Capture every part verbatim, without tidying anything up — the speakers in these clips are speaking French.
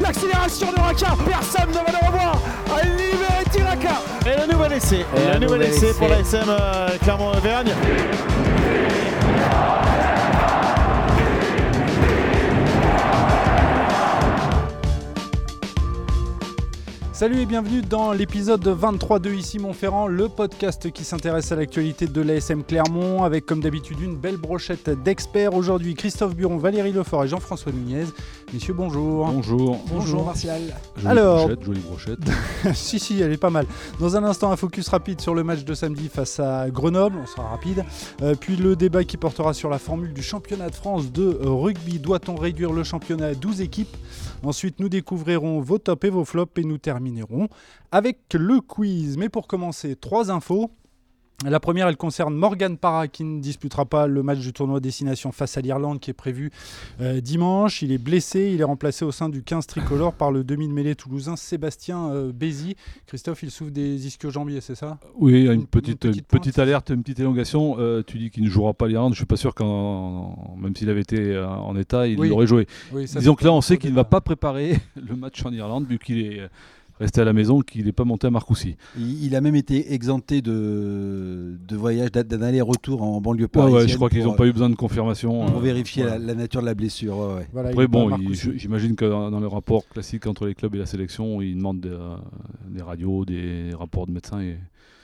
l'accélération de Raka. Personne ne va le revoir. Liberty Raka. Et le nouvel essai. Et, Et le nouvel essai, essai pour la S M euh, Clermont-Auvergne. Salut et bienvenue dans l'épisode vingt-trois de Ici Montferrand, le podcast qui s'intéresse à l'actualité de l'A S M Clermont avec comme d'habitude une belle brochette d'experts. Aujourd'hui Christophe Buron, Valérie Lefort et Jean-François Nunez. Messieurs, bonjour. Bonjour. Bonjour Martial. Jolie Alors, brochette, jolie brochette. si, si, elle est pas mal. Dans un instant, un focus rapide sur le match de samedi face à Grenoble, on sera rapide. Euh, puis le débat qui portera sur la formule du championnat de France de rugby. Doit-on réduire le championnat à douze équipes ? Ensuite, nous découvrirons vos tops et vos flops et nous terminerons avec le quiz. Mais pour commencer, trois infos. La première, elle concerne Morgan Parra qui ne disputera pas le match du tournoi Destination face à l'Irlande qui est prévu euh, dimanche. Il est blessé, il est remplacé au sein du quinze tricolore par le demi de mêlée toulousain Sébastien euh, Bézi. Christophe, il souffre des ischio-jambiers, c'est ça ? Oui, il y a une, une petite, une petite, une petite alerte, une petite élongation. Euh, tu dis qu'il ne jouera pas l'Irlande. Je ne suis pas sûr qu'en même s'il avait été en état, il oui. l'aurait joué. Oui, ça, disons que là, on sait qu'il ne va pas préparer le match en Irlande vu qu'il est resté à la maison, qu'il n'est pas monté à Marcoussis. Il, il a même été exempté de, de voyage, d'un aller-retour en banlieue parisienne. Ouais, ouais, je crois qu'ils n'ont pas eu besoin de confirmation. Pour euh, vérifier voilà. la, la nature de la blessure. Ouais, ouais. Voilà, Après, bon, il, j'imagine que dans, dans le rapport classique entre les clubs et la sélection, ils demandent des, euh, des radios, des rapports de médecins et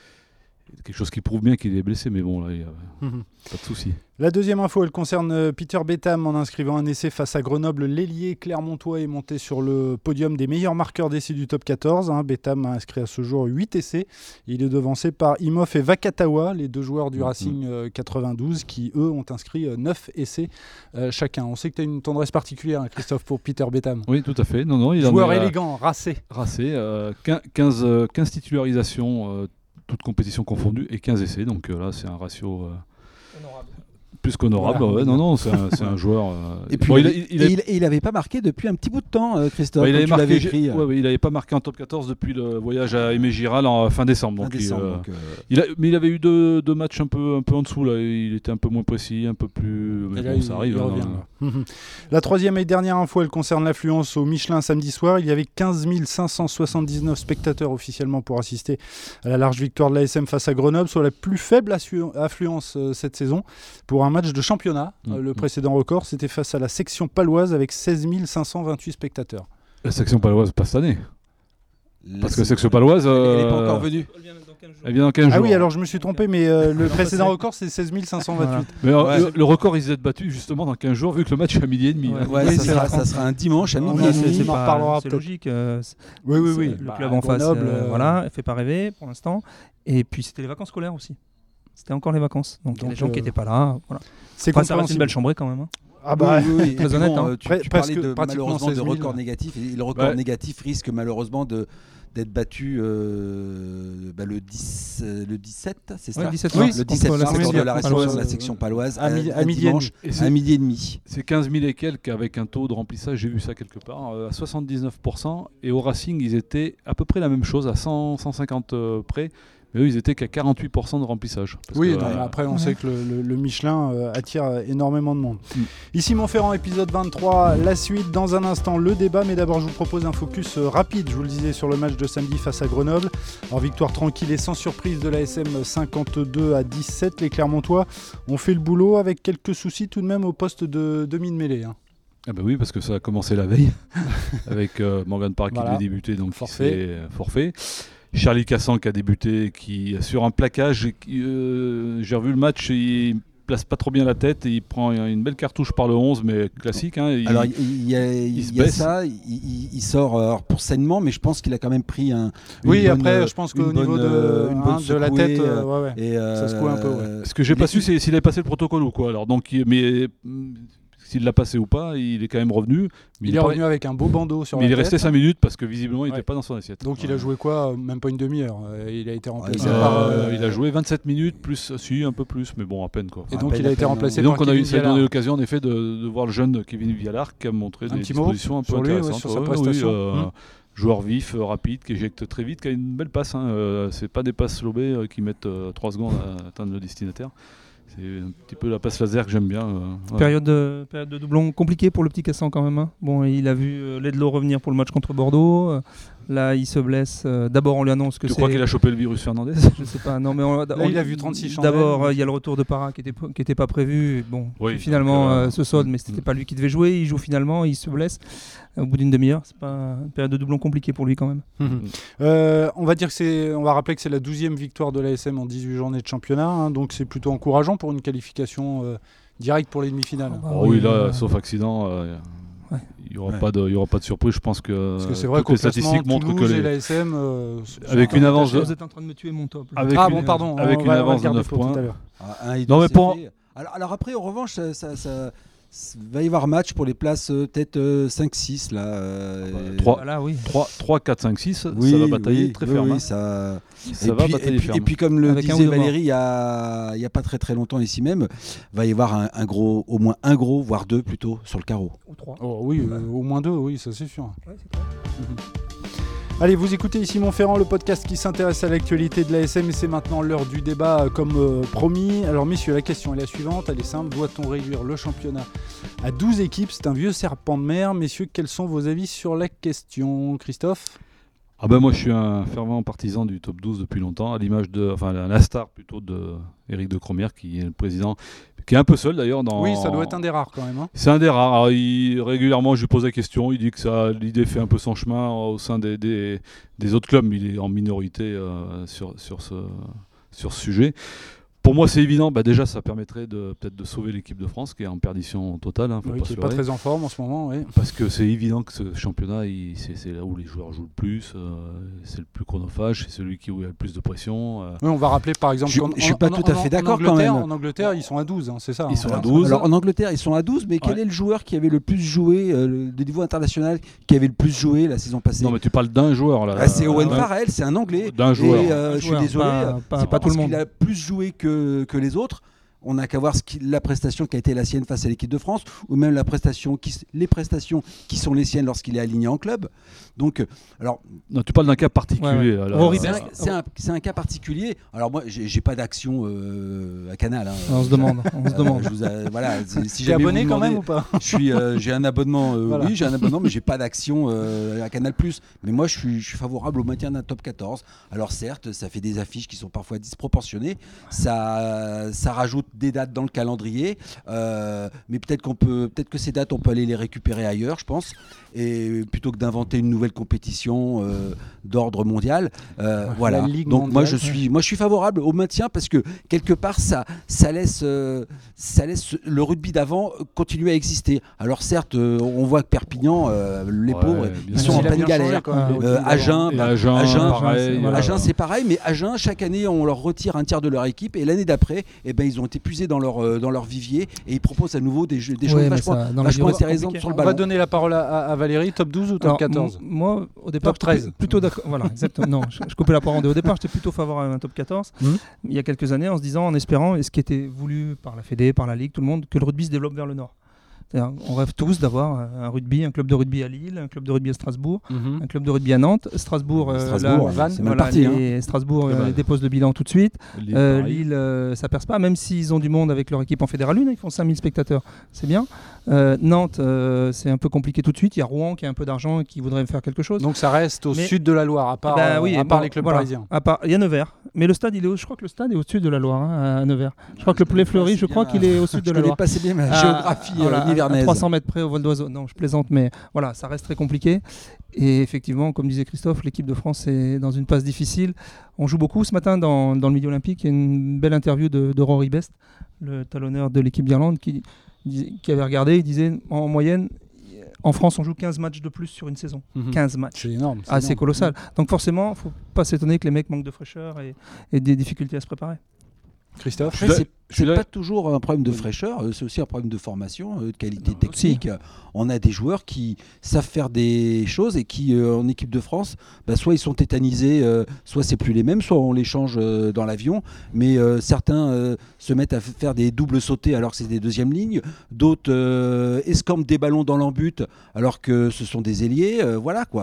quelque chose qui prouve bien qu'il est blessé. Mais bon, là, il n'y a mmh. pas de souci. La deuxième info, elle concerne Peter Betham. En inscrivant un essai face à Grenoble, l'ailier clermontois est monté sur le podium des meilleurs marqueurs d'essais du top quatorze. Hein. Betham a inscrit à ce jour huit essais. Il est devancé par Imhoff et Vakatawa, les deux joueurs du mmh. Racing euh, quatre-vingt-douze, qui eux ont inscrit euh, neuf essais euh, chacun. On sait que tu as une tendresse particulière, hein, Christophe, pour Peter Betham. Oui, tout à fait. Non, non, il Joueur en est, élégant, racé. Racé, euh, quinze, quinze titularisations, euh, toutes compétitions confondues, et quinze essais. Donc euh, là, c'est un ratio... Euh, honorable. Plus qu'honorable, voilà, ouais, non, non, c'est un, c'est un joueur. Euh... Et puis, bon, il, il, il, il, il, il avait pas marqué depuis un petit bout de temps, euh, Christophe. Bah, il avait marqué, écrit, ouais, ouais, il n'avait pas marqué en top quatorze depuis le voyage à Aimé Giral en fin décembre. Donc, fin décembre, il, euh, donc euh... il a, mais il avait eu deux, deux matchs un peu, un peu en dessous. Là. Il était un peu moins précis, un peu plus. Mais bon, là, ça il, arrive. Il hein, revient, hein. La troisième et dernière info, elle concerne l'affluence au Michelin samedi soir. Il y avait quinze mille cinq cent soixante-dix-neuf spectateurs officiellement pour assister à la large victoire de l'A S M face à Grenoble, soit la plus faible affluence euh, cette saison pour un match de championnat. Mmh. Euh, le précédent record, c'était face à la section paloise avec seize mille cinq cent vingt-huit spectateurs. La section paloise, pas cette année. La Parce que la section paloise, euh... elle n'est pas encore venue. Elle vient dans quinze jours. Ah oui, alors je me suis trompé, mais euh, le précédent record, c'est seize mille cinq cent vingt-huit. Voilà. Mais ouais. le, le record, il s'est battu justement dans quinze jours, vu que le match est à midi et demi. Ouais, ouais, oui, ça, sera, ça sera un dimanche à midi ouais, et demi. C'est, pas, c'est logique. Euh, c'est, oui, oui, oui. Le bah, club en face, Grenoble, euh, voilà, elle fait pas rêver pour l'instant. Et puis c'était les vacances scolaires aussi. C'était encore les vacances. Donc, Donc les gens euh... qui n'étaient pas là, voilà. C'est enfin, ça reste une belle chambrée quand même. Hein. Ah bah, oui, oui, oui. Très honnête. Bon, hein. Tu, tu parlais de, malheureusement de record négatif. Et le record ouais. négatif risque malheureusement de d'être battu euh, bah, le, dix, euh, le dix-sept, c'est ça ouais, dix-sept oui, mars, le dix-sept mars, lors de la réception de la section paloise à, mi- à, à, midi dimanche, et à midi et demi. C'est quinze mille et quelques avec un taux de remplissage, j'ai vu ça quelque part, euh, à soixante-dix-neuf pour cent. Et au Racing, ils étaient à peu près la même chose, à cent, cent cinquante euh, près. Mais eux, ils étaient qu'à quarante-huit pour cent de remplissage. Oui, que, non, euh, après, on ouais. sait que le, le, le Michelin euh, attire énormément de monde. Mm. Ici Montferrand, épisode vingt-trois, la suite dans un instant, le débat. Mais d'abord, je vous propose un focus euh, rapide, je vous le disais, sur le match de samedi face à Grenoble. Alors, victoire tranquille et sans surprise de l'A S M cinquante-deux à dix-sept. Les Clermontois ont fait le boulot avec quelques soucis tout de même au poste de demi de mêlée. Hein. Ah bah oui, parce que ça a commencé la veille avec euh, Morgan Parra voilà. qui devait débuter, donc forfait. Euh, forfait. Charlie Cassan qui a débuté, qui sur un plaquage, qui, euh, j'ai revu le match, il place pas trop bien la tête et il prend une belle cartouche par le onze, mais classique. Hein, il, alors il y a, il il y a ça, il, il, il sort alors, pour sainement, mais je pense qu'il a quand même pris un. Oui, bonne, après, je pense qu'au niveau de, une hein, de la tête, euh, ouais, ouais. Et euh, ça secoue un peu. Ouais. Ce que j'ai pas su, c'est s'il avait passé le protocole ou quoi. Alors donc, mais s'il l'a passé ou pas, il est quand même revenu. Mais il, il est revenu pas... avec un beau bandeau sur mais la il est tête. resté cinq minutes parce que visiblement il n'était ouais. pas dans son assiette. Donc ouais. il a joué quoi ? Même pas une demi-heure. Il a été remplacé euh, par. Euh... Il a joué vingt-sept minutes, plus, si, un peu plus, mais bon, à peine quoi. Et donc peine, il a été remplacé et donc par on a Kevin eu, ça a Vialard. donné l'occasion en effet de, de voir le jeune Kevin Vialard qui a montré un des dispositions un peu lui, intéressantes. Ouais, sur sa ouais, prestation. Oui, euh, mmh. Joueur vif, euh, rapide, qui éjecte très vite, qui a une belle passe. Hein. Euh, c'est pas des passes lobées euh, qui mettent euh, trois secondes à atteindre le destinataire. C'est un petit peu la passe laser que j'aime bien. Euh, ouais. période, de, période de doublon compliquée pour le petit Cassan quand même. Hein. Bon, il a vu euh, Ledlow revenir pour le match contre Bordeaux. Euh, là, il se blesse. Euh, d'abord, on lui annonce que tu c'est... Tu crois qu'il a chopé le virus Fernandez? Je sais pas. Non, mais on, là, on, il a vu trente-six chandelles. D'abord, il euh, y a le retour de Parra qui était qui était pas prévu. Bon, oui, finalement, donc, euh, euh, ce solde, mais c'était mm. pas lui qui devait jouer. Il joue finalement, il se blesse au bout d'une demi-heure. C'est pas une période de doublon compliquée pour lui quand même. Mmh. Euh, on va dire que c'est, on va rappeler que c'est la douzième victoire de l'A S M en dix-huit journées de championnat, hein, donc c'est plutôt encourageant pour une qualification euh, directe pour les demi-finales. Oh, bah, oh, oui, là, euh, sauf accident. Euh, ouais. Il n'y aura, ouais. aura pas de surprise, je pense que. Parce que c'est vrai toutes qu'au les statistiques montrent Toulouse que les... et l'A S M. Euh, avec une avance de. Vous êtes en train de me tuer mon top. Avec ah une... bon, pardon. Avec on une va, avance on va de neuf points. Ah, non, mais pour. Alors, alors après, en revanche, ça, ça, ça, ça va y avoir match pour les places euh, peut-être euh, cinq six là. Euh, trois, voilà, oui. trois, quatre, cinq, six, oui, ça va batailler oui, très oui, ferme. Oui, ça... ça et, va puis, batailler et, puis, ferme. et puis comme le Avec disait Valérie il y a, y a pas très très longtemps ici même, va y avoir un, un gros, au moins un gros, voire deux plutôt sur le carreau. Ou trois. Oh, oui, euh, au moins deux, oui, ça c'est sûr. Ouais, c'est clair. Mmh. Allez, vous écoutez ici Montferrand, le podcast qui s'intéresse à l'actualité de l'A S M, et c'est maintenant l'heure du débat comme euh, promis. Alors messieurs, la question est la suivante, elle est simple, doit-on réduire le championnat à douze équipes? C'est un vieux serpent de mer. Messieurs, quels sont vos avis sur la question? Christophe? Ah ben moi je suis un fervent partisan du top douze depuis longtemps, à l'image de, enfin à l'instar plutôt de Éric de Cromière qui est le président, qui est un peu seul d'ailleurs dans... Oui, ça doit être un des rares quand même. Hein. C'est un des rares. Alors, il, régulièrement je lui pose la question, il dit que ça, l'idée fait un peu son chemin au sein des, des, des autres clubs, mais il est en minorité euh, sur, sur, ce, sur ce sujet. Pour moi, c'est évident. Bah, déjà, ça permettrait de, peut-être de sauver l'équipe de France, qui est en perdition totale. Hein, faut oui, pas qui n'est pas pas très en forme en ce moment. Oui. Parce que c'est évident que ce championnat, il, c'est, c'est là où les joueurs jouent le plus. Euh, c'est le plus chronophage. C'est celui qui où il y a le plus de pression. Euh. Oui, on va rappeler par exemple. Je ne suis pas en, tout à en, fait d'accord en quand même. En Angleterre, ils sont à douze, hein, c'est ça. Ils hein, sont à alors, douze. Alors en Angleterre, ils sont à douze, mais quel ouais. est le joueur qui avait le plus joué, euh, de niveau international, qui avait le plus joué la saison passée? Non, mais tu parles d'un joueur là. Ah, c'est Owen euh, Farrell, c'est un Anglais. D'un joueur. Et euh, je suis désolé, pas, pas, c'est pas pas tout le parce monde. qu'il a plus joué que, que les autres. On n'a qu'à voir ce qui, la prestation qui a été la sienne face à l'équipe de France, ou même la prestation qui, les prestations qui sont les siennes lorsqu'il est aligné en club. Donc, alors, non, tu parles d'un cas particulier. Ouais, ouais. Là, Rory là, c'est, un, c'est, un, c'est un cas particulier. Alors moi, j'ai, j'ai pas d'action euh, à Canal. Hein. On se demande. On se demande. Euh, je vous a, voilà, si T'es abonné vous quand demandez, même ou pas? Je suis, euh, j'ai un abonnement. Euh, voilà. Oui, j'ai un abonnement, mais j'ai pas d'action euh, à Canal+. Mais moi, je suis, je suis favorable au maintien d'un top quatorze. Alors certes, ça fait des affiches qui sont parfois disproportionnées. Ça, ça rajoute des dates dans le calendrier. Euh, mais peut-être qu'on peut, peut-être que ces dates, on peut aller les récupérer ailleurs, je pense. Et plutôt que d'inventer une nouvelle compétition euh, d'ordre mondial, euh, ouais, voilà. Donc mondiale, moi je ouais. suis, moi je suis favorable au maintien parce que quelque part ça, ça laisse, euh, ça laisse le rugby d'avant continuer à exister. Alors certes, euh, on voit que Perpignan, euh, les ouais, pauvres, ils sont en pleine galère. Euh, Agen, bah, Agen, Agen, pareil, voilà. Agen, c'est pareil, mais Agen, chaque année, on leur retire un tiers de leur équipe et l'année d'après, eh ben, ils ont été puisés dans leur, euh, dans leur vivier et ils proposent à nouveau des, jeux, des choses ouais, vachement, ça, vachement intéressantes sur le ballon. On va donner la parole à, à Valérie, top douze ou top Alors, quatorze? m- Moi, au départ, top treize. Plutôt d'accord. Voilà, exactement. Non, je, je coupais la parole en deux. Au départ, j'étais plutôt favorable à un top quatorze. Mmh. Il y a quelques années, en se disant, en espérant, et ce qui était voulu par la Fédé, par la Ligue, tout le monde, que le rugby se développe vers le nord. C'est-à-dire, on rêve tous d'avoir un rugby, un club de rugby à Lille, un club de rugby à Strasbourg, mmh. un club de rugby à Nantes. Strasbourg, euh, Strasbourg là, c'est voilà, mal parti. les, Hein. Strasbourg euh, dépose le bilan tout de suite. Lille, Euh, Lille, euh, ça perce pas, même s'ils ont du monde avec leur équipe en Fédéral un, ils font cinq mille spectateurs, c'est bien. Euh, Nantes, euh, c'est un peu compliqué tout de suite. Il y a Rouen qui a un peu d'argent et qui voudrait faire quelque chose. Donc ça reste au Mais, sud de la Loire, à part, bah, oui, à part bon, les clubs voilà, parisiens. À part, il y a Nevers, mais le stade, il est au, je crois que le stade est au-dessus de la Loire, hein, à Nevers. Je crois que le Poulet Fleuri, je crois qu'il est au sud de Je la connais Loire. pas assez bien la Ah, géographie voilà, euh, nivernaise. à trois cents mètres près au vol d'oiseau. Non, je plaisante, mais voilà, ça reste très compliqué. Et effectivement, comme disait Christophe, l'équipe de France est dans une passe difficile. On joue beaucoup ce matin dans, dans le Midi Olympique. Il y a une belle interview de, de Rory Best, le talonneur de l'équipe d'Irlande, qui, qui avait regardé. Il disait en moyenne, en France, on joue quinze matchs de plus sur une saison. Mmh. quinze matchs. C'est énorme. C'est, ah, énorme. c'est colossal. Donc forcément, il ne faut pas s'étonner que les mecs manquent de fraîcheur et, et des difficultés à se préparer. Christophe? Après, c'est, c'est là... pas toujours un problème de fraîcheur, c'est aussi un problème de formation, de qualité non, technique. Aussi. On a des joueurs qui savent faire des choses et qui, euh, en équipe de France, bah, soit ils sont tétanisés, euh, soit c'est plus les mêmes, soit on les change euh, dans l'avion. Mais euh, certains euh, se mettent à f- faire des doubles sautés alors que c'est des deuxièmes lignes. D'autres euh, escampent des ballons dans l'embut alors que ce sont des ailiers. Euh, voilà quoi.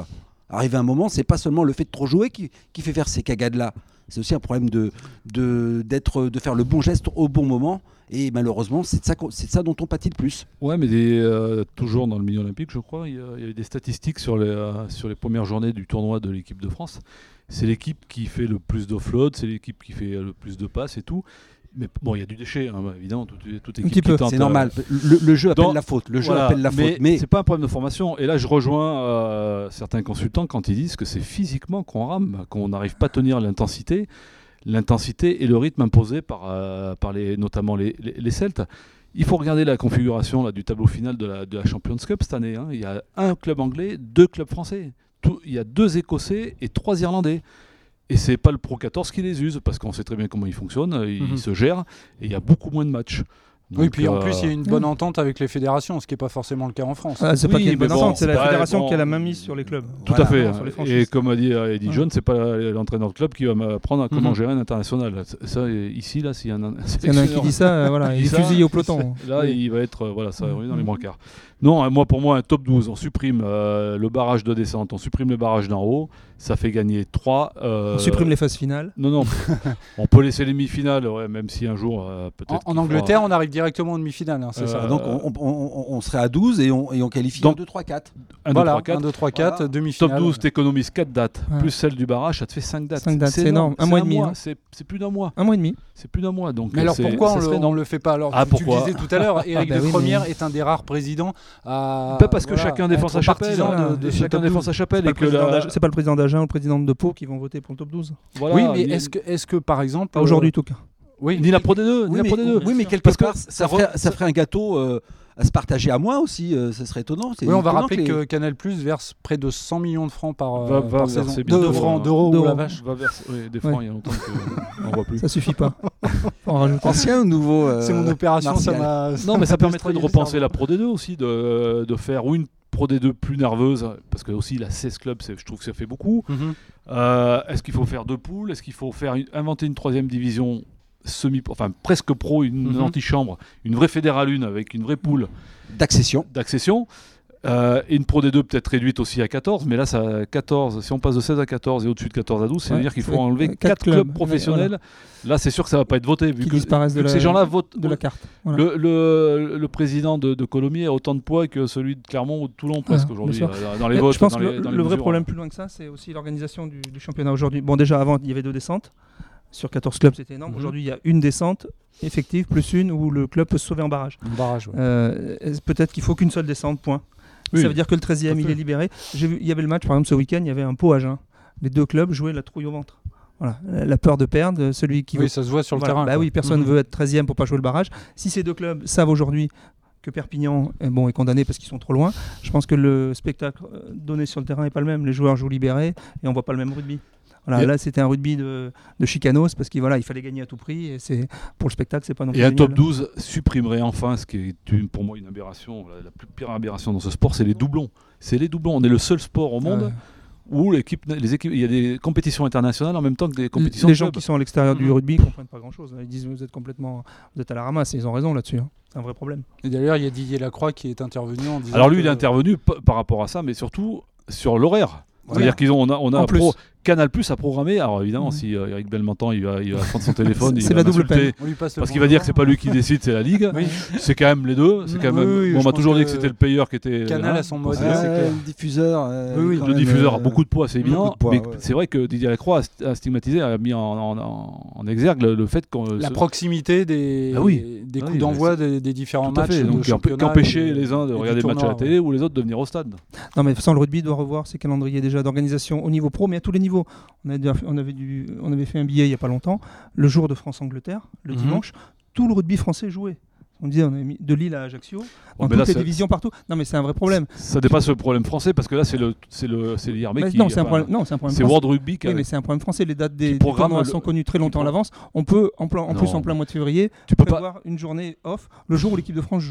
Arrivé à un moment, c'est pas seulement le fait de trop jouer qui, qui fait faire ces cagades-là. C'est aussi un problème de, de, d'être, de faire le bon geste au bon moment. Et malheureusement, c'est de ça, c'est de ça dont on pâtit le plus. Ouais, mais des, euh, toujours dans le milieu olympique, je crois, il y, a, il y a eu des statistiques sur les, euh, sur les premières journées du tournoi de l'équipe de France. C'est l'équipe qui fait le plus d'offload, c'est l'équipe qui fait le plus de passes et tout. Mais bon, il y a du déchet, hein, évidemment, toute, toute équipe qui tente, c'est normal. Le, le jeu appelle dans, la faute. Le jeu voilà, appelle la mais faute. Mais c'est pas un problème de formation. Et là, je rejoins euh, certains consultants quand ils disent que c'est physiquement qu'on rame, qu'on n'arrive pas à tenir l'intensité. L'intensité et le rythme imposé par, euh, par les, notamment les, les, les Celtes. Il faut regarder la configuration là, du tableau final de la, de la Champions Cup cette année. Hein. Il y a un club anglais, deux clubs français. Tout, il y a deux Écossais et trois Irlandais. Et c'est pas le Pro quatorze qui les use, parce qu'on sait très bien comment ils fonctionnent, ils mm-hmm. se gèrent, et il y a beaucoup moins de matchs. Donc, oui, puis euh... en plus, il y a une bonne entente avec les fédérations, ce qui n'est pas forcément le cas en France. Ah, c'est oui, pas qu'il y a une bonne bon, entente, c'est la fédération bon, qui a la main mise sur les clubs. Tout voilà, à fait. Hein. Et comme a dit Eddie ouais. Jones, c'est pas l'entraîneur de club qui va m'apprendre à comment mm-hmm. gérer un international. Ça, ici, là, s'il y a un, s'il y en a un qui dit ça, euh, voilà, il est fusillé au peloton. Là, oui. il va être, euh, voilà, ça va dans les brancards. Non, moi, pour moi, un top douze, on supprime euh, le barrage de descente, on supprime le barrage d'en haut, ça fait gagner trois. Euh... On supprime les phases finales. Non, non, on peut laisser les demi-finales, ouais, même si un jour, euh, peut-être. En, en Angleterre, fera... on arrive directement en demi-finale, hein, c'est euh, ça. Donc, on, on, on, on serait à douze et on, et on qualifie un, deux, trois, quatre. Voilà, un, deux, trois, quatre, demi-finale. Top douze, t'économises quatre dates, ouais. plus celle du barrage, ça te fait cinq dates. cinq dates, c'est, c'est énorme. Un mois et demi. C'est plus d'un mois. Un mois et demi. C'est plus d'un mois. Donc mais alors pourquoi on ne le fait pas alors? Ah, tu le disais tout à l'heure, Éric de Première est un des rares présidents à. Parce que chacun défend sa chapelle. Chacun défend sa chapelle. C'est pas le président d'Agen ou le président de Pau qui vont voter pour le top douze. Oui, mais est-ce que par exemple. Aujourd'hui, tout cas. Oui, ni la Pro D deux, oui, ni la mais, Pro D deux. Oui, mais quelque part, ça, ferait, ça ferait un gâteau euh, à se partager à moi aussi. Euh, ça serait étonnant. Oui, on va rappeler que, les... que Canal+ verse près de cent millions de francs par, va, va par saison. De francs, d'euros, ou la vache. Va verser, oui, des francs, ouais. Il y a longtemps qu'on n'en voit plus. Ça suffit pas. Ancien ou nouveau euh, C'est mon opération, Martial. ça m'a. Non, mais ça permettrait de repenser la Pro D deux aussi, de, de faire une Pro D deux plus nerveuse, parce que aussi la seize clubs, je trouve que ça fait beaucoup. Mm-hmm. Euh, est-ce qu'il faut faire deux poules? Est-ce qu'il faut faire une, inventer une troisième division semi, enfin presque pro, une mm-hmm. antichambre, une vraie fédérale une avec une vraie poule d'accession, d'accession euh, et une Pro D deux peut-être réduite aussi à quatorze, mais là ça quatorze, si on passe de seize à quatorze et au-dessus de quatorze à douze, c'est-à-dire ouais, qu'il faut enlever quatre clubs, clubs professionnels. Voilà. Là c'est sûr que ça va pas être voté vu qui que, disparaissent vu de que la, ces gens-là votent de la carte. Voilà. Le, le, le président de, de Colomiers a autant de poids que celui de Clermont ou de Toulon presque ouais, aujourd'hui euh, dans les mais votes. Je pense dans que les, le, dans le les vrai mesures, problème plus loin que ça, c'est aussi l'organisation du, du championnat aujourd'hui. Bon déjà avant il y avait deux descentes. Sur quatorze clubs, c'était énorme. Mm-hmm. Aujourd'hui, il y a une descente effective, plus une où le club peut se sauver en barrage. En barrage, ouais. euh, peut-être qu'il faut qu'une seule descente, point. Oui. Ça veut dire que le treizième, il est libéré. J'ai vu, il y avait le match, par exemple, ce week-end, il y avait un Pau Agen. Les deux clubs jouaient la trouille au ventre. Voilà. La peur de perdre, celui qui oui, veut... ça se voit sur le voilà. terrain. Bah quoi. oui, personne ne mm-hmm. veut être treizième pour pas jouer le barrage. Si ces deux clubs savent aujourd'hui que Perpignan est, bon, est condamné parce qu'ils sont trop loin, je pense que le spectacle donné sur le terrain n'est pas le même. Les joueurs jouent libérés et on voit pas le même rugby. Voilà, là, c'était un rugby de, de chicanos parce qu'il voilà, il fallait gagner à tout prix et c'est, pour le spectacle, c'est pas non plus. Et un génial. top douze supprimerait enfin ce qui est une, pour moi une aberration, la, la plus pire aberration dans ce sport, c'est les doublons. C'est les doublons. On est le seul sport au monde. Ouais. Où l'équipe, les équipes, il y a des compétitions internationales en même temps que des compétitions les de gens club. Qui sont à l'extérieur du rugby ne comprennent pas grand-chose. Ils disent vous êtes complètement, vous êtes à la ramasse. Et ils ont raison là-dessus. Hein. C'est un vrai problème. Et d'ailleurs, il y a Didier Lacroix qui est intervenu en disant. Alors lui, que... il est intervenu p- par rapport à ça, mais surtout sur l'horaire. Voilà. C'est-à-dire qu'ils ont, on a, on a pro, Canal+ a programmé. Alors évidemment, mmh. si euh, Eric Belmontant, il va, il va prendre son téléphone, il c'est va la double peine. Parce bon qu'il va dire que c'est pas lui qui décide, c'est la Ligue. Oui. C'est quand même les deux. C'est quand même. Oui, oui, bon, on m'a toujours dit que c'était le payeur qui était. Canal a son mode. Ouais, le diffuseur. Euh, oui, oui. Le diffuseur a beaucoup de poids, c'est évident. Poids, mais ouais. c'est vrai que Didier Lacroix a stigmatisé, a mis en, en, en, en exergue le, le fait qu'on. La se... proximité des, ah oui. des coups oui, d'envoi des, des différents matchs. Fait, donc qu'empêcher les uns de regarder le match à la télé ou les autres de venir au stade. Non, mais de toute façon, le rugby doit revoir ses calendriers déjà d'organisation au niveau pro, mais à tous les niveaux. On, a déjà, on, avait, du, on avait fait un billet il n'y a pas longtemps, le jour de France-Angleterre, le mm-hmm. dimanche, tout le rugby français jouait. On disait, on a mis de Lille à Ajaccio, dans ouais, toutes les divisions partout. Non, mais c'est un vrai problème. Ça dépasse le problème français parce que là, c'est le, c'est le, c'est l'I R B qui. Non, c'est un problème. Non, c'est un problème. C'est World Rugby. Oui, mais c'est un problème français. Les dates des, des tournois sont connues très longtemps à l'avance. On peut, en, plein, en plus, en plein mois de février, tu peux prévoir pas... une journée off le jour où l'équipe de France joue.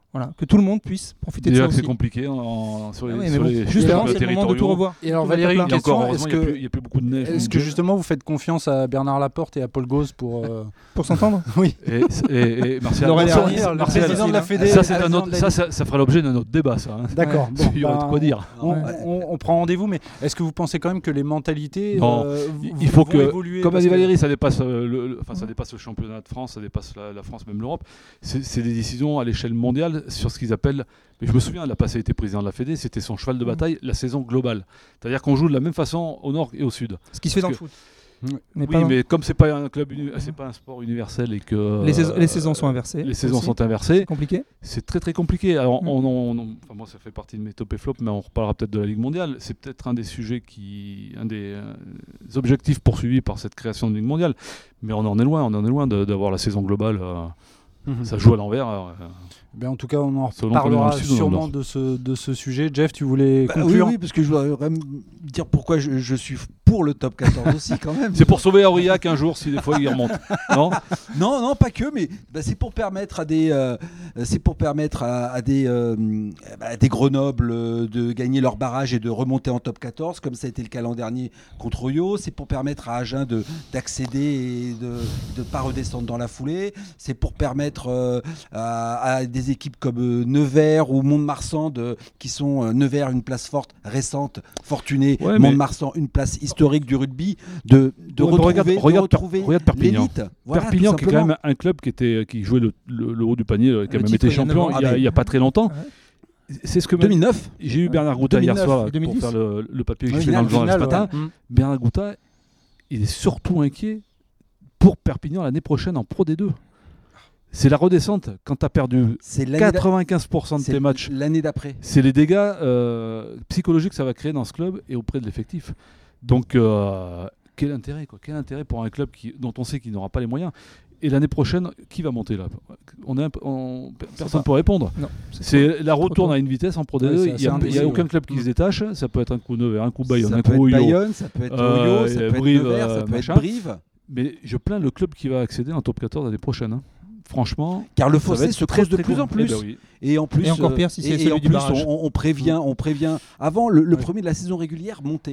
Voilà, que tout le monde puisse profiter Déjà de ça que aussi. c'est compliqué en, sur les, Ah oui, sur bon, les justement, sur c'est le moment de tout revoir. Et alors Tout Valérie, une mettre à plat. question, encore, est-ce heureusement, que, il n'y a, a plus beaucoup de neige. est-ce donc, que justement vous faites confiance à Bernard Laporte et à Paul Gauze pour... Euh... Pour s'entendre Oui. Et, et, et Martial, Laurel ça, Hernier, le Martial, président de la Fédé. ça, c'est le un président autre, de la ça, Ligue. ça, ça fera l'objet d'un autre débat, ça. Hein. D'accord. Bon, Il y aurait bah, de quoi dire. On, Ouais. on- on prend rendez-vous, mais est-ce que vous pensez quand même que les mentalités Non. euh, Il- v- il faut vont que, évoluer comme a parce dit que- Valérie, ça dépasse, euh, le, le- enfin, ça dépasse le championnat de France, ça dépasse la, la France, même l'Europe. C'est, c'est des décisions à l'échelle mondiale sur ce qu'ils appellent. Mais je me souviin, il a passé été président de la Fédé, c'était son cheval de bataille, la saison globale. C'est-à-dire qu'on joue de la même façon au nord et au sud. Ce qui se fait dans le Parce foot. que- Mais Oui, pas dans- mais comme c'est pas un club, uni- c'est pas un sport universel et que les, saisons, euh, les saisons sont inversées. les saisons aussi. sont inversées. C'est compliqué. C'est très très compliqué. Alors, Mm. on, on- on- enfin, moi, ça fait partie de mes top et flop, mais on reparlera peut-être de la Ligue mondiale. C'est peut-être un des sujets qui, un des, euh, des objectifs poursuivis par cette création de Ligue mondiale. Mais on en est loin, on en est loin de- d'avoir la saison globale. euh, Mhm. Ça joue à l'envers. euh, Ben, en tout cas, on en Selon qu'on est dans reparlera le sud ou dans le sûrement nord. de ce, de ce sujet. Jeff, tu voulais Bah oui, conclure oui, parce que je voudrais me dire pourquoi je, je suis pour le top quatorze aussi quand même. C'est pour sauver Aurillac un jour si des fois il remonte. Non Non, non, pas que, mais bah, c'est pour permettre à des, euh, c'est pour permettre à, à des, euh, à des Grenoble euh, de gagner leur barrage et de remonter en top quatorze, comme ça a été le cas l'an dernier contre Oyo. C'est pour permettre à Agen de, d'accéder et de ne pas redescendre dans la foulée. C'est pour permettre euh, à, à des équipes comme euh, Nevers ou Mont-de-Marsan, de- qui sont euh, Nevers, une place forte, récente, fortunée, Ouais, mais- Mont-de-Marsan, une place historique du rugby, de, de Ouais, mais retrouver, regarde- de regarde Per- retrouver regarde Perpignan. l'élite. Voilà, Perpignan, tout qui est quand simplement. même un club qui, était, qui jouait le, le- le haut du panier, qui a Le même titre, été il y a neuf champion ans. il n'y a, Ah, il y a pas très longtemps. Ouais. C'est ce que m'a- deux mille neuf. J'ai eu Bernard Gouta hier deux mille neuf soir là, et deux mille pour dix. faire le, le papier que Oui, j'ai fait dans le final, journal ce final, matin. ouais. Mm. Bernard Gouta, il est surtout inquiet pour Perpignan l'année prochaine en Pro D deux. C'est la redescente quand tu as perdu C'est l'année d'a- quatre-vingt-quinze pour cent de c'est tes matchs. l'année d'après. C'est les dégâts euh, psychologiques que ça va créer dans ce club et auprès de l'effectif. Donc, euh, quel intérêt quoi Quel intérêt pour un club qui, dont on sait qu'il n'aura pas les moyens. Et l'année prochaine, qui va monter là on est un peu- on- Personne ne peut répondre. Non. C'est la roue trop tourne tôt. à une vitesse en Pro D Ouais, deux. c'est Il assez n'y a, indécis, il y a aucun ouais. club qui Mm. se détache. Ça peut être un coup Nevers, un coup Bayonne, Ça un peut coup être Oyo. Bayonne, ça peut être Euh, Oyo, ça et peut être Brive, Nevers, ça euh, peut machin. être Brive. Mais je plains le club qui va accéder en top quatorze l'année prochaine. hein. Franchement, Car le ça va fossé être se très, creuse de très plus en compliqué. plus. Eh ben oui. Et en plus, Et encore euh, pire si c'est et- et celui en du plus, barrage. on, on prévient, on prévient avant le, le Ouais. premier de la saison régulière monter.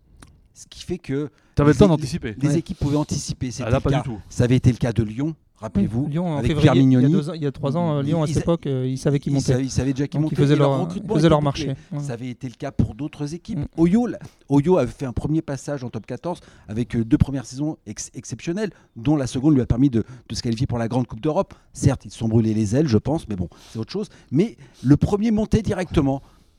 Ce qui fait que T'avais le les temps é- d'anticiper. les Ouais. équipes pouvaient anticiper. C'était Ah, là, le pas cas. du tout. Ça avait été le cas de Lyon, rappelez-vous, Lyon, en avec février, Pierre il y a Mignoni. deux ans- il y a trois ans, euh, Lyon à Ils- cette époque, euh, ils savaient qu'ils Ils montaient. savaient, ils savaient déjà qu'ils Donc ils montaient. faisaient et leur leur, recrutement ils faisaient était leur bouclé. marché. Ouais. Ça avait été le cas pour d'autres équipes. Mm. Oyo, là, Oyo avait fait un premier passage en top quatorze avec euh, deux premières saisons ex- exceptionnelles, dont la seconde lui a permis de, de se qualifier pour la Grande Coupe d'Europe. Certes, ils se sont brûlés les ailes, je pense, mais bon, c'est autre chose. Mais le premier montait directement.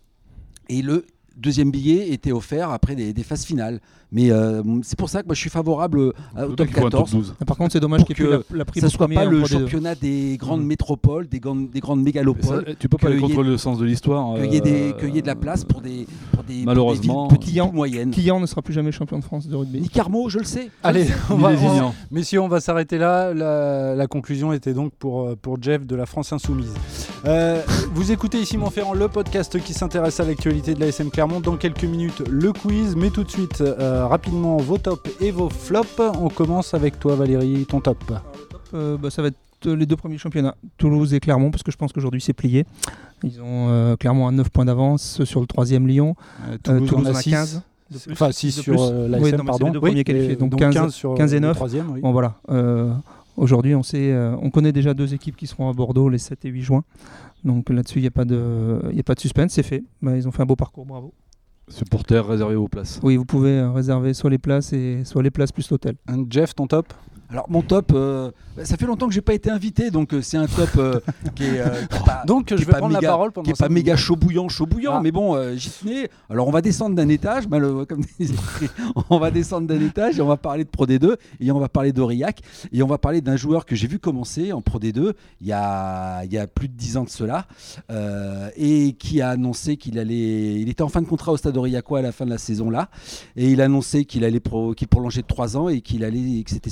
Et le deuxième billet était offert après des, des phases finales. Mais euh, c'est pour ça que moi, je suis favorable euh, au Peut-être top qu'il faut un top quatorze. douze. Par contre, c'est dommage Pour qu'il n'y ait que plus la, la prime Ça au ne soit premier pas en le Pro D deux. championnat des grandes Mm. métropoles, des grandes, des grandes Mais ça, mégalopoles. tu peux pas aller qu'il y ait- contre le sens de l'histoire. Qu'il y, ait des- euh, qu'il y ait de la place pour des, pour des, Malheureusement, pour des villes petites Quillan- ou moyennes. Quillan ne sera plus jamais champion de France de rugby. Ni Carmo, je le sais. Allez, on Ni va, les on- Ignans. messieurs, on va s'arrêter là. La, la conclusion était donc pour, euh, pour Jeff de la France Insoumise. Euh, vous écoutez ici Montferrand, le podcast qui s'intéresse à l'actualité de la S M Clermont. Dans quelques minutes, le quiz, mais tout de suite, euh, rapidement, vos tops et vos flops. On commence avec toi, Valérie, ton top. Euh, bah, ça va être euh, les deux premiers championnats, Toulouse et Clermont, parce que je pense qu'aujourd'hui c'est plié. Ils ont euh, Clermont à neuf points d'avance sur le troisième Lyon. Euh, Euh, Toulouse en a six. quinze. De plus. Enfin, six De sur plus. euh, la Oui, S M, non, mais c'est pardon. les deux premiers qualifiés, et donc quinze sur quinze et le neuf. troisième, oui. Bon voilà. Euh, aujourd'hui, on sait, euh, on connaît déjà deux équipes qui seront à Bordeaux les sept et huit juin. Donc là-dessus, il n'y a pas de, il y a pas de suspense, c'est fait. Bah, ils ont fait un beau parcours, bravo. Supporters réservés aux places. Oui, vous pouvez euh, réserver soit les places et soit les places plus l'hôtel. Un Jeff, ton top. Alors mon top, euh, ça fait longtemps que j'ai pas été invité, donc euh, c'est un top euh, qui est, euh, qui est pas, Donc, qui est je vais pas prendre la méga- parole pendant qui est cinq pas méga minutes. chaud bouillant, chaud bouillant, Ah. mais bon, euh, j'y tenais. Alors on va descendre d'un étage, malheureux, comme disait, on va descendre d'un étage et on va parler de Pro D deux et on va parler d'Aurillac et on va parler d'un joueur que j'ai vu commencer en Pro D deux il y a, il y a plus de dix ans de cela euh, et qui a annoncé qu'il allait, il était en fin de contrat au Stade Aurillacois à la fin de la saison là et il a annoncé qu'il allait pro, qu'il prolongeait de trois ans et qu'il allait, que c'était son dernier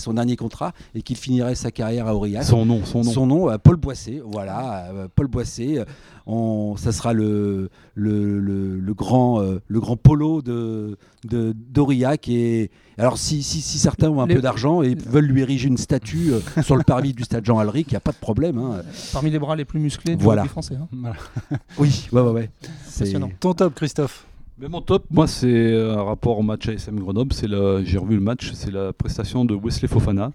contrat et qu'il finirait sa carrière à Aurillac. Son nom, son nom. Son nom, euh, Paul Boissé, voilà, euh, Paul Boissé. On, ça sera le, le, le, le, grand, euh, le grand polo de, de, d'Aurillac. Et alors, si, si, si certains ont un les... peu d'argent et veulent lui ériger une statue euh, sur le parvis du stade Jean Alric, il n'y a pas de problème. Hein. Parmi les bras les plus musclés du voilà. rugby français. Hein. Voilà. Oui, ouais, ouais, ouais. C'est passionnant. Ton top, Christophe? Mais mon top, moi, c'est un rapport au match A S M Grenoble. C'est le, j'ai revu le match, c'est la prestation de Wesley Fofana.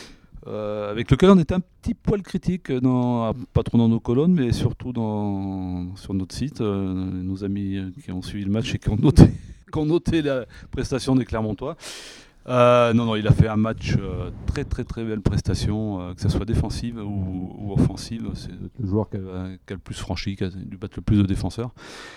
Euh, avec lequel on était un petit poil critique, dans, pas trop dans nos colonnes, mais surtout dans, sur notre site. Euh, nos amis qui ont suivi le match et qui ont noté, qui ont noté la prestation des Clermontois. Euh, non, non, il a fait un match euh, très, très, très belle prestation, euh, que ce soit défensive ou, ou offensive. C'est le joueur qui a, qui a le plus franchi, qui a dû battre le plus de défenseurs.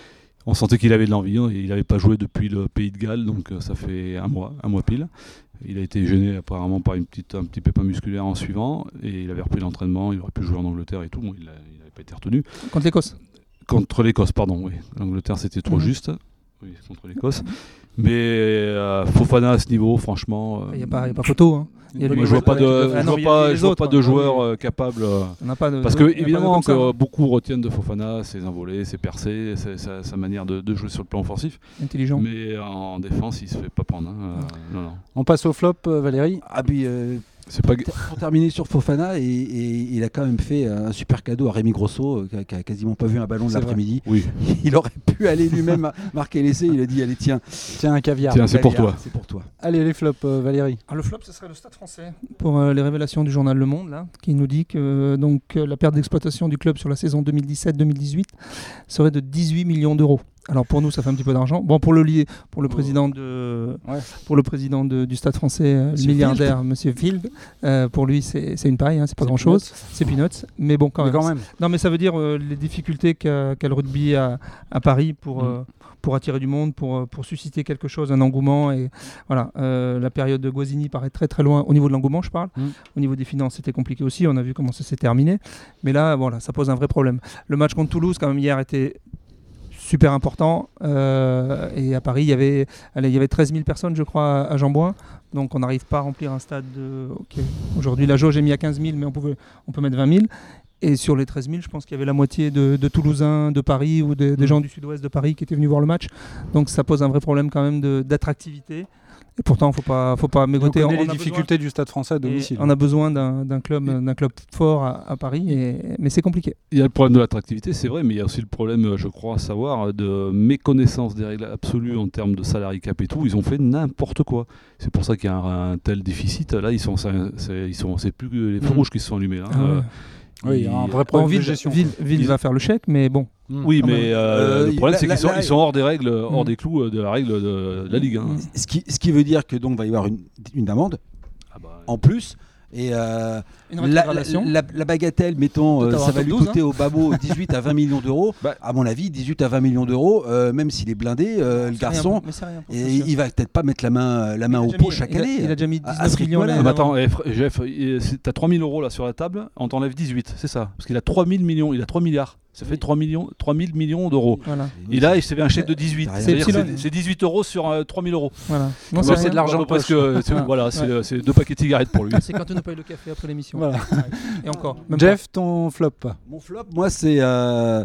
On sentait qu'il avait de l'envie, hein, il n'avait pas joué depuis le Pays de Galles, donc euh, ça fait un mois, un mois pile. Il a été gêné apparemment par une petite, un petit pépin musculaire en suivant, et il avait repris l'entraînement, il aurait pu jouer en Angleterre et tout, bon, il n'avait pas été retenu. Contre l'Écosse Contre l'Écosse, pardon, oui. L'Angleterre c'était trop mmh. juste, oui, contre l'Écosse. Mais euh, Fofana à ce niveau, franchement... Il euh, n'y a, a pas photo, hein. Il y a le, moi, je ne vois pas de, je vois pas, je vois pas de joueurs euh, capables. Euh, de, parce que évidemment que ça, beaucoup retiennent de Fofana ses envolées, ses percées, ses, sa, sa manière de, de jouer sur le plan offensif. Intelligent. Mais en défense, il ne se fait pas prendre. Hein. Euh, non, non. On passe au flop, euh, Valérie. Ah puis, euh, c'est pas... Pour terminer sur Fofana, et, et, il a quand même fait un super cadeau à Rémi Grosso, qui a, qui a quasiment pas vu un ballon de c'est l'après-midi. Oui. Il aurait pu aller lui-même marquer l'essai. Il a dit allez tiens, tiens un caviar. Tiens, c'est caviar, pour toi. C'est pour toi. Allez les flops, euh, Valérie. Alors, le flop, ce serait le Stade Français pour euh, les révélations du journal Le Monde, là, qui nous dit que euh, donc euh, la perte d'exploitation du club sur la saison deux mille dix-sept deux mille dix-huit serait de dix-huit millions d'euros. Alors pour nous, ça fait un petit peu d'argent. Bon, pour le lier, pour le président de, ouais. pour le président de, du Stade Français, euh, le milliardaire, Field. Monsieur Field, euh, pour lui, c'est, c'est une paille, hein, c'est pas c'est grand-chose. Peanuts. C'est peanuts, mais bon, quand, mais même. quand même. Non, mais ça veut dire euh, les difficultés qu'a, qu'a le rugby à, à Paris pour, mmh. euh, pour attirer du monde, pour, pour susciter quelque chose, un engouement. Et voilà, euh, la période de Guazzini paraît très très loin au niveau de l'engouement, je parle. Mmh. Au niveau des finances, c'était compliqué aussi. On a vu comment ça s'est terminé. Mais là, voilà, ça pose un vrai problème. Le match contre Toulouse, quand même, hier, était super important. Euh, et à Paris, il y avait, allez, il y avait treize mille personnes, je crois, à Jean-Bouin. Donc on n'arrive pas à remplir un stade de... Okay. Aujourd'hui, la jauge est mise à quinze mille, mais on, pouvait, on peut mettre vingt mille. Et sur les treize mille, je pense qu'il y avait la moitié de, de Toulousains de Paris ou de, des mmh. gens du sud-ouest de Paris qui étaient venus voir le match. Donc ça pose un vrai problème quand même de, d'attractivité. Et pourtant, il ne faut pas, faut pas mégoter. On connaît on les difficultés du Stade Français à domicile. On a besoin d'un, d'un, club, d'un club fort à, à Paris, et, mais c'est compliqué. Il y a le problème de l'attractivité, c'est vrai, mais il y a aussi le problème, je crois, à savoir, de méconnaissance des règles absolues en termes de salary cap et tout. Ils ont fait n'importe quoi. C'est pour ça qu'il y a un, un tel déficit. Là, ils sont, c'est, ils sont, c'est plus les feux rouges qui se sont allumés. Hein. Ah ouais. euh, Oui, il y a un vrai problème bon, de gestion. Ville, Ville va faire le chèque, mais bon. Mmh. Oui, mais euh, euh, le problème, là, c'est qu'ils sont, là, ils sont hors des règles, hors mmh. des clous de la règle de, de la Ligue. Hein. Ce, qui, ce qui veut dire que donc va y avoir une, une amende ah bah, en plus. Et euh, la, la, la, la bagatelle, mettons, euh, ça va lui coûter hein. au babo dix-huit à vingt millions d'euros. Bah, à mon avis, dix-huit à vingt millions d'euros, euh, même s'il est blindé, euh, le garçon, rien, rien et il va peut-être pas mettre la main, la main au pot chaque il année. A, il a déjà mis dix-neuf millions. Ah, mais attends, eh, Jeff, t'as trois mille euros là sur la table, on t'enlève dix-huit, c'est ça. Parce qu'il a trois mille millions, il a trois milliards. Ça fait trois millions, trois mille millions d'euros. Voilà. Et là, il s'est fait un chèque de dix-huit. C'est, c'est, c'est dix-huit euros sur euh, trois mille euros. Voilà. Non, c'est, c'est de l'argent parce que c'est, voilà, ouais. c'est, c'est deux paquets de cigarettes pour lui. C'est quand on n'a pas eu le café après l'émission. Voilà. Et encore. Même Jeff, pas. Ton flop. Mon flop, moi, c'est euh,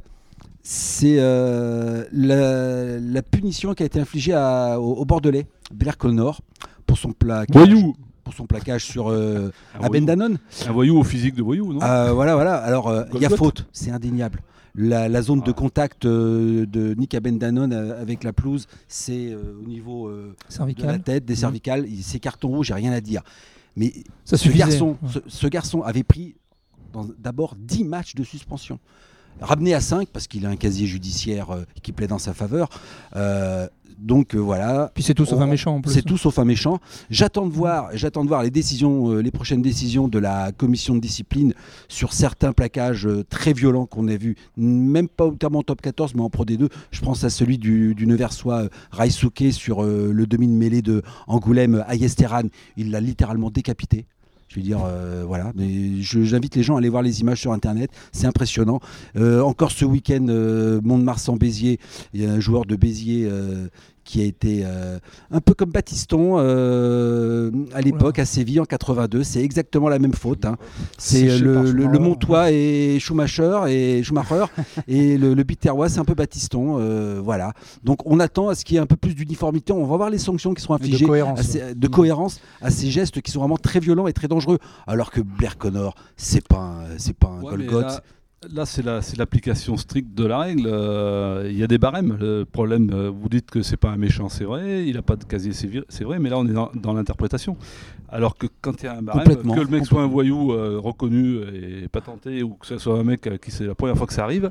c'est euh, la, la punition qui a été infligée à, au, au Bordelais, Blair Connor, pour son plaquage. Voyou. Pour son plaquage sur euh, Aben Danone. Un voyou au physique de voyou, non euh, Voilà, voilà. Alors, il euh, y a faute, c'est indéniable. La, la zone ah. de contact euh, de Nick Aben Danone euh, avec la pelouse, c'est euh, au niveau euh, de la tête, des mmh. cervicales. C'est carton rouge, j'ai rien à dire. Mais ça ce, garçon, ouais. ce, ce garçon avait pris dans, d'abord dix matchs de suspension. Ramené à cinq parce qu'il a un casier judiciaire euh, qui plaît dans sa faveur. Euh, donc euh, voilà. Puis c'est tout sauf on, un méchant en plus. C'est tout sauf un méchant. J'attends de voir, j'attends de voir les décisions, euh, les prochaines décisions de la commission de discipline sur certains plaquages euh, très violents qu'on a vus, même pas notamment en top quatorze, mais en Pro D deux. Je pense à celui du, du Neversois euh, Raisuke sur euh, le demi de mêlée de Angoulême Ayesteran. Il l'a littéralement décapité. Je veux dire, euh, voilà. Mais je, j'invite les gens à aller voir les images sur Internet. C'est impressionnant. Euh, encore ce week-end, euh, Mont-de-Marsan-Béziers, il y a un joueur de Béziers euh, qui a été euh, un peu comme Battiston euh, à l'époque à Séville en quatre-vingt-deux. C'est exactement la même faute. Hein. C'est, c'est le, le, le Montois et Schumacher et Schumacher et le, le Biterrois, c'est un peu Battiston. Euh, voilà. Donc on attend à ce qu'il y ait un peu plus d'uniformité. On va voir les sanctions qui sont infligées, de cohérence, à ces, de cohérence à ces gestes qui sont vraiment très violents et très dangereux. Alors que Blair Connor, c'est pas un, c'est pas un ouais, Golgoth. Là, c'est, la, c'est l'application stricte de la règle. Il euh, y a des barèmes. Le problème, euh, vous dites que c'est pas un méchant, c'est vrai. Il n'a pas de casier, c'est, vir- c'est vrai. Mais là, on est dans, dans l'interprétation. Alors que quand il y a un barème, que le mec soit un voyou euh, reconnu et patenté, ou que ce soit un mec à qui c'est la première fois que ça arrive,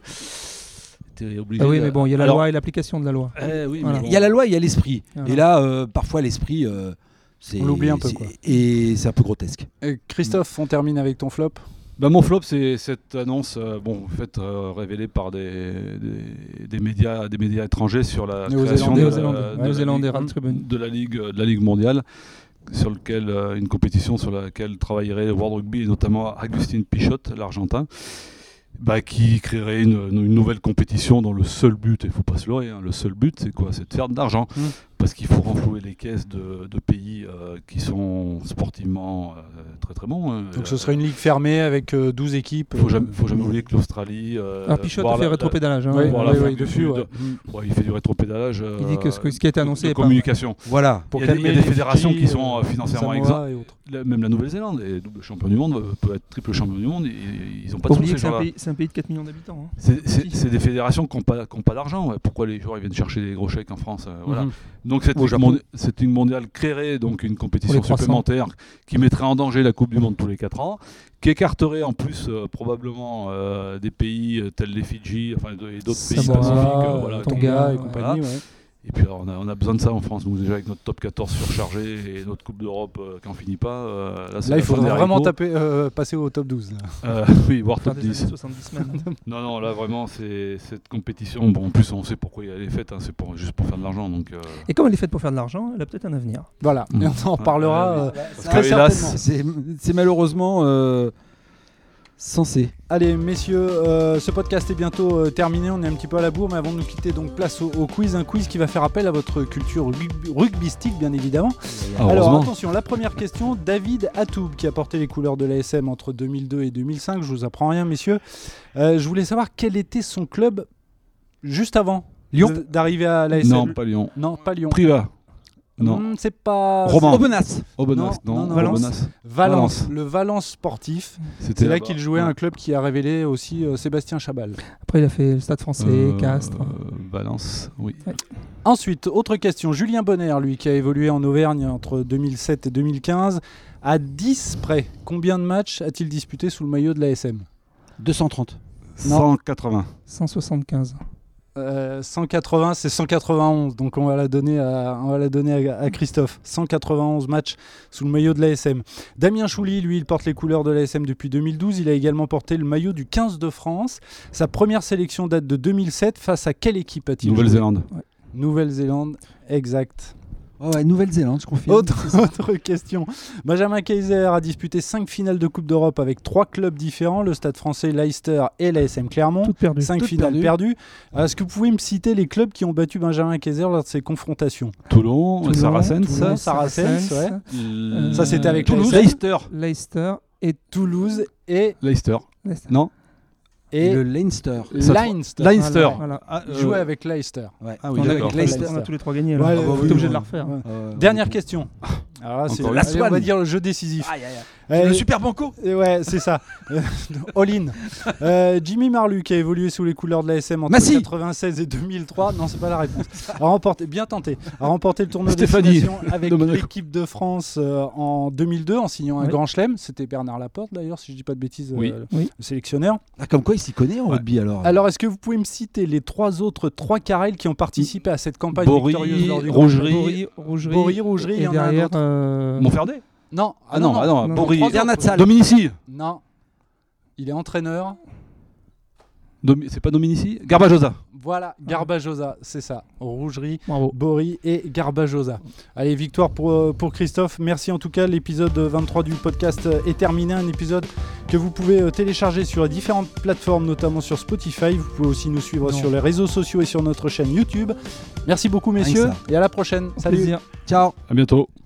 t'es obligé. Ah oui, de... mais bon, il y a la Alors, loi et l'application de la loi. Eh, oui, voilà. bon. Il y a la loi, il y a l'esprit. Voilà. Et là, euh, parfois, l'esprit, euh, c'est, on l'oublie un peu. c'est, Quoi. Et c'est un peu grotesque. Et Christophe, on termine avec ton flop. Bah, mon flop, c'est cette annonce euh, bon, faite, euh, révélée par des, des, des, médias, des médias étrangers sur la création de, Néo-Zélande, euh, ouais. de, la Ligue, Tribune. de, la Ligue, de la Ligue mondiale, sur lequel, euh, une compétition sur laquelle travaillerait World Rugby et notamment Agustín Pichot, l'Argentin, bah, qui créerait une, une nouvelle compétition dont le seul but, et il ne faut pas se leurrer, hein, le seul but c'est quoi ? C'est de faire de l'argent. Mmh. Parce qu'il faut renflouer les caisses de, de pays euh, qui sont sportivement euh, très très bons. Hein. Donc ce serait une ligue fermée avec euh, douze équipes. Il ne faut jamais, faut jamais oublier que l'Australie... Euh, Alors Pichot a fait rétropédalage. Hein, oui, voilà, oui, oui, dessus. Ouais. De, ouais, il fait du rétropédalage. Euh, il dit que ce, ce qui a été annoncé de est communication. Pas... Voilà. Pour il y a, il y a des fédérations qui sont euh, financièrement exemptes. Même la Nouvelle-Zélande est double champion du monde, peut être triple champion du monde. Ils n'ont pas de oublier que c'est un, pays, c'est un pays de quatre millions d'habitants. Hein. C'est, c'est, c'est des fédérations qui n'ont pas, pas d'argent. Pourquoi les joueurs ils viennent chercher des gros chèques en France euh, voilà. Mm-hmm. Donc cette ligue, mondi- cette ligue mondiale créerait donc une compétition supplémentaire qui mettrait en danger la Coupe du Monde tous les quatre ans, qui écarterait en plus euh, probablement euh, des pays tels les Fidji, enfin de, et d'autres Samoa, pays pacifiques, euh, voilà, Tonga et compagnie. Voilà. Ouais. Et puis alors, on, a, on a besoin de ça en France, nous déjà avec notre top quatorze surchargé et notre Coupe d'Europe euh, qui n'en finit pas. Euh, là, là il faudrait vraiment taper, euh, passer au top douze. Là. Euh, oui, voire top dix. soixante-dix non, non, là vraiment, c'est cette compétition. Bon, en plus, on sait pourquoi elle est faite, hein, c'est pour, juste pour faire de l'argent. Donc, euh... Et comme elle est faite pour faire de l'argent, elle a peut-être un avenir. Voilà, mmh. et on en reparlera. Euh, euh, parce que, hélas, c'est, c'est malheureusement. Euh... Censé. Allez messieurs, euh, ce podcast est bientôt euh, terminé, on est un petit peu à la bourre, mais avant de nous quitter, donc place au, au quiz, un quiz qui va faire appel à votre culture rugby, rugbystique bien évidemment. Ah, alors attention, la première question, David Atoub qui a porté les couleurs de l'A S M entre deux mille deux et deux mille cinq, je vous apprends rien messieurs. Euh, je voulais savoir quel était son club juste avant Lyon d'arriver à l'A S M. Non, pas Lyon. Non, pas Lyon. Priva. Non, mmh, c'est pas. Roman. Aubenas. Aubenas, non, non, non. Valence. Aubenas. Valence. Valence. Le Valence sportif. C'était c'est là là-bas. qu'il jouait ouais. un club qui a révélé aussi euh, Sébastien Chabal. Après, il a fait le Stade Français, euh, Castres. Euh, Valence, oui. Ouais. Ensuite, autre question. Julien Bonner, lui, qui a évolué en Auvergne entre deux mille sept et deux mille quinze, à dix près, combien de matchs a-t-il disputé sous le maillot de l'A S M ? deux cent trente. Non. cent quatre-vingts. cent soixante-quinze. Euh, cent quatre-vingts, c'est cent quatre-vingt-onze, donc on va la donner à, on va la donner à, à Christophe. cent quatre-vingt-onze matchs sous le maillot de l'A S M. Damien Chouli, lui, il porte les couleurs de l'A S M depuis deux mille douze. Il a également porté le maillot du quinze de France. Sa première sélection date de deux mille sept. Face à quelle équipe a-t-il Nouvelle-Zélande. joué ? Ouais. Nouvelle-Zélande, exact. Oh ouais, Nouvelle-Zélande, je confirme. Autre, autre question. Benjamin Kaiser a disputé cinq finales de Coupe d'Europe avec trois clubs différents, le Stade français, Leicester et l'A S M Clermont. Toutes perdues. cinq Toutes finales perdues. perdues. Est-ce que vous pouvez me citer les clubs qui ont battu Benjamin Kaiser lors de ces confrontations ? Toulon, Toulon, Saracens. Toulon, Saracens, Saracens, ouais. Euh, Ça, c'était avec Toulouse. Leicester. Leicester. Leicester et Toulouse et, Leicester. Leicester. Non. et le Leinster. Leinster. Leinster. Voilà, voilà. Ah, Il euh, jouait avec Leicester. Ouais. Ah oui, on, a, d'accord. Leicester, on a tous les trois gagné. Ouais, on est obligé de la refaire. Ouais. Euh, Dernière question. Alors là, c'est Encore allez, une. on va dire le jeu décisif. Aïe, aïe, aïe. Euh, Le super banco. Et ouais, c'est ça. All-in. Euh, Jimmy Marlu, qui a évolué sous les couleurs de l'A S M entre Massy. quatre-vingt-seize et deux mille trois. Non, c'est pas la réponse. A remporté, bien tenté. A remporté le tournoi Stéphanie Destination avec de Monaco. l'équipe de France euh, en deux mille deux en signant un Oui. grand chelem. C'était Bernard Laporte d'ailleurs, si je dis pas de bêtises, Oui. euh, Oui. le sélectionneur. Ah, comme quoi il s'y connaît en Ouais. rugby alors. Alors, est-ce que vous pouvez me citer les trois autres trois carrels qui ont participé à cette campagne Bory, victorieuse lors du Rougerie. Bory, Rougerie. Bory, Rougerie, il y et en a un derrière, autre. euh, Montferdet. Non. Ah non, ah non, non, Bory. trois autres. Bernat Sall. Dominici. Non. Il est entraîneur. Domi- c'est pas Dominici Garbajosa. Voilà, Garbajosa, c'est ça. Rougerie, Bravo. Bory et Garbajosa. Allez, victoire pour, pour Christophe. Merci en tout cas. L'épisode vingt-trois du podcast est terminé. Un épisode que vous pouvez télécharger sur différentes plateformes, notamment sur Spotify. Vous pouvez aussi nous suivre non. sur les réseaux sociaux et sur notre chaîne YouTube. Merci beaucoup, messieurs. Et à la prochaine. Salut. Plaisir. Ciao. À bientôt.